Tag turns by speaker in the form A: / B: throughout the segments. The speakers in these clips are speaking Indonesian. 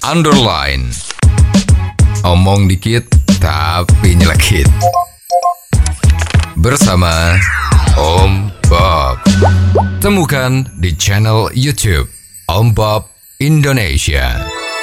A: underline. Omong dikit tapi nyelekit. Bersama Om Bob. Temukan di channel YouTube Om Bob Indonesia.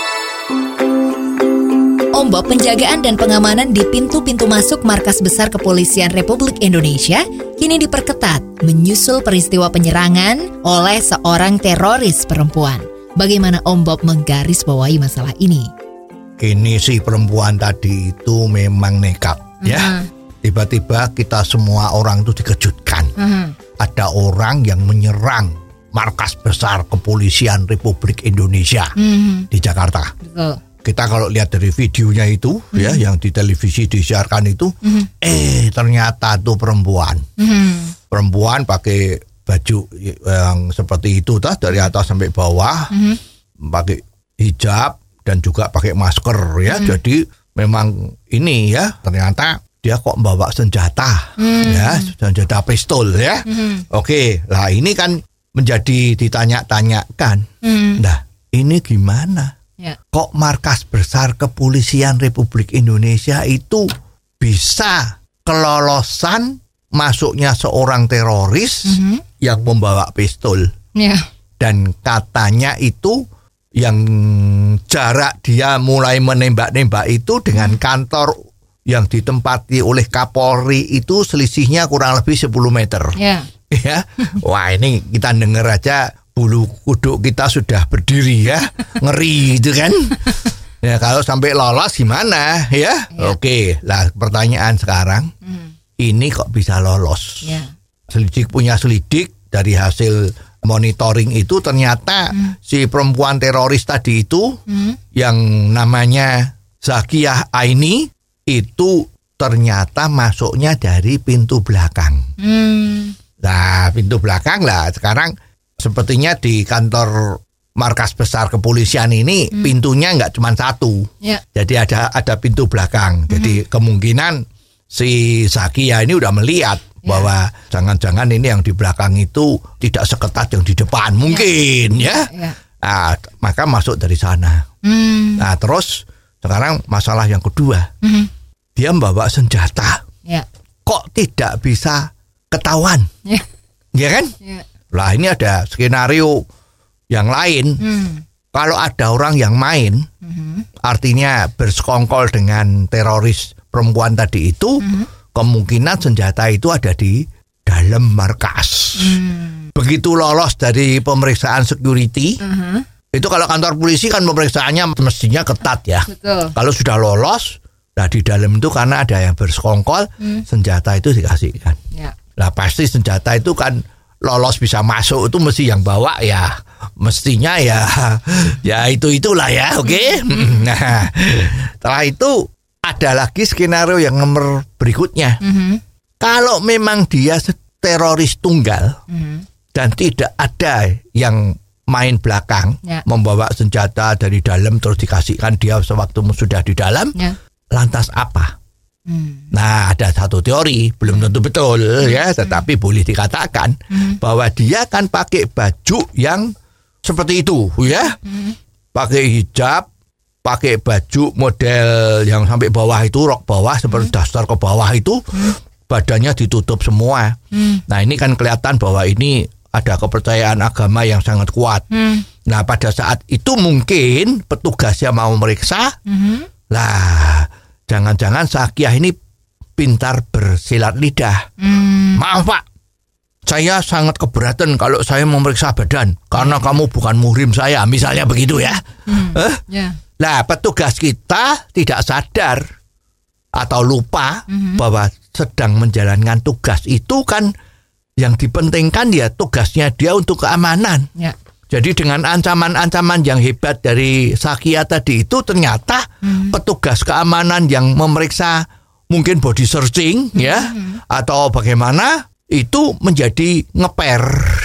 B: Om Bob, penjagaan dan pengamanan di pintu-pintu masuk Markas Besar Kepolisian Republik Indonesia kini diperketat menyusul peristiwa penyerangan oleh seorang teroris perempuan. Bagaimana Om Bob menggarisbawahi masalah ini?
C: Kini si perempuan tadi itu memang nekat, ya. Tiba-tiba kita semua orang itu dikejutkan. Ada orang yang menyerang Markas Besar Kepolisian Republik Indonesia di Jakarta.
B: Betul.
C: Kita kalau lihat dari videonya itu, ya, yang di televisi disiarkan itu, ternyata tuh perempuan. Perempuan pakai baju yang seperti itu, dari atas sampai bawah, pakai hijab dan juga pakai masker, ya. Jadi memang ini, ya, ternyata dia kok bawa senjata, ya, senjata pistol, ya. Oke, lah ini kan menjadi ditanya-tanyakan. Nah, ini gimana?
B: Ya.
C: Kok Markas Besar Kepolisian Republik Indonesia itu bisa kelolosan masuknya seorang teroris yang membawa pistol?
B: Ya.
C: Dan katanya itu yang jarak dia mulai menembak-nembak itu dengan kantor yang ditempati oleh Kapolri itu selisihnya kurang lebih 10 meter.
B: Ya.
C: Ya. Wah, ini kita dengar aja bulu kuduk kita sudah berdiri, ya. Ngeri itu kan. Ya, kalau sampai lolos gimana, ya? Oke, lah pertanyaan sekarang, ini kok bisa lolos?
B: Ya.
C: Selidik punya selidik dari hasil monitoring itu ternyata si perempuan teroris tadi itu yang namanya Zakiyah Aini itu ternyata masuknya dari pintu belakang. Nah, pintu belakang lah sekarang sepertinya di kantor Markas Besar Kepolisian ini pintunya nggak cuma satu.
B: Ya.
C: Jadi ada pintu belakang. Jadi kemungkinan si Zakiyah ini udah melihat bahwa jangan-jangan ini yang di belakang itu tidak seketat yang di depan. Mungkin, ya. Nah, maka masuk dari sana. Nah, terus sekarang masalah yang kedua. Dia membawa senjata.
B: Ya.
C: Kok tidak bisa ketahuan? Ya kan?
B: Ya.
C: Lah, ini ada skenario yang lain. Kalau ada orang yang main, artinya bersekongkol dengan teroris perempuan tadi itu, kemungkinan senjata itu ada di dalam markas. Begitu lolos dari pemeriksaan security, itu kalau kantor polisi kan pemeriksaannya mestinya ketat, ya.
B: Betul.
C: Kalau sudah lolos, nah di dalam itu karena ada yang bersekongkol, senjata itu dikasihkan.
B: Ya.
C: Nah, pasti senjata itu kan lolos bisa masuk itu mesti yang bawa, ya, mestinya ya itulah, ya. Oke. Nah, setelah itu ada lagi skenario yang nomor berikutnya. Kalau memang dia teroris tunggal dan tidak ada yang main belakang, membawa senjata dari dalam terus dikasihkan dia sewaktu sudah di dalam, lantas apa? Nah, ada satu teori, belum tentu betul, ya, tetapi boleh dikatakan bahwa dia kan pakai baju yang seperti itu, ya, pakai hijab, pakai baju model yang sampai bawah itu, rok bawah seperti daster ke bawah itu, badannya ditutup semua. Nah, ini kan kelihatan bahwa ini ada kepercayaan agama yang sangat kuat. Nah, pada saat itu mungkin petugasnya mau meriksa, lah, jangan-jangan Zakiyah ini pintar bersilat lidah. Maaf, Pak, saya sangat keberatan kalau saya memeriksa badan karena kamu bukan muhrim saya, misalnya begitu, ya. Nah, petugas kita tidak sadar atau lupa bahwa sedang menjalankan tugas itu kan yang dipentingkan ya tugasnya dia untuk keamanan. Jadi dengan ancaman-ancaman yang hebat dari Zakiyah tadi itu ternyata petugas keamanan yang memeriksa mungkin body searching, ya, atau bagaimana itu menjadi ngeper.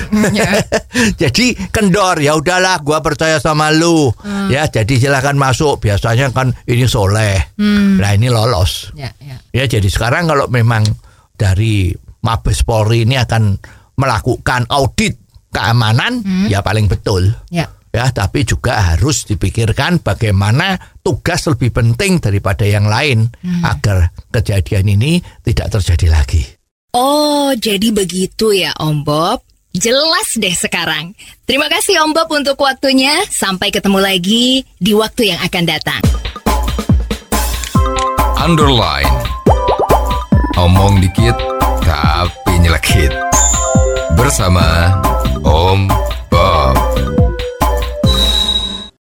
C: Jadi kendor, ya udahlah gua percaya sama lu. Ya, jadi silakan masuk. Biasanya kan ini soleh. Nah, ini lolos. Ya, jadi sekarang kalau memang dari Mabes Polri ini akan melakukan audit keamanan, ya paling betul. ya, tapi juga harus dipikirkan bagaimana tugas lebih penting daripada yang lain agar kejadian ini tidak terjadi lagi.
B: Oh, jadi begitu ya Om Bob. Jelas deh sekarang. Terima kasih Om Bob untuk waktunya. Sampai ketemu lagi di waktu yang akan datang.
A: Underline. Omong dikit tapi nyelekit. Bersama Om Bob.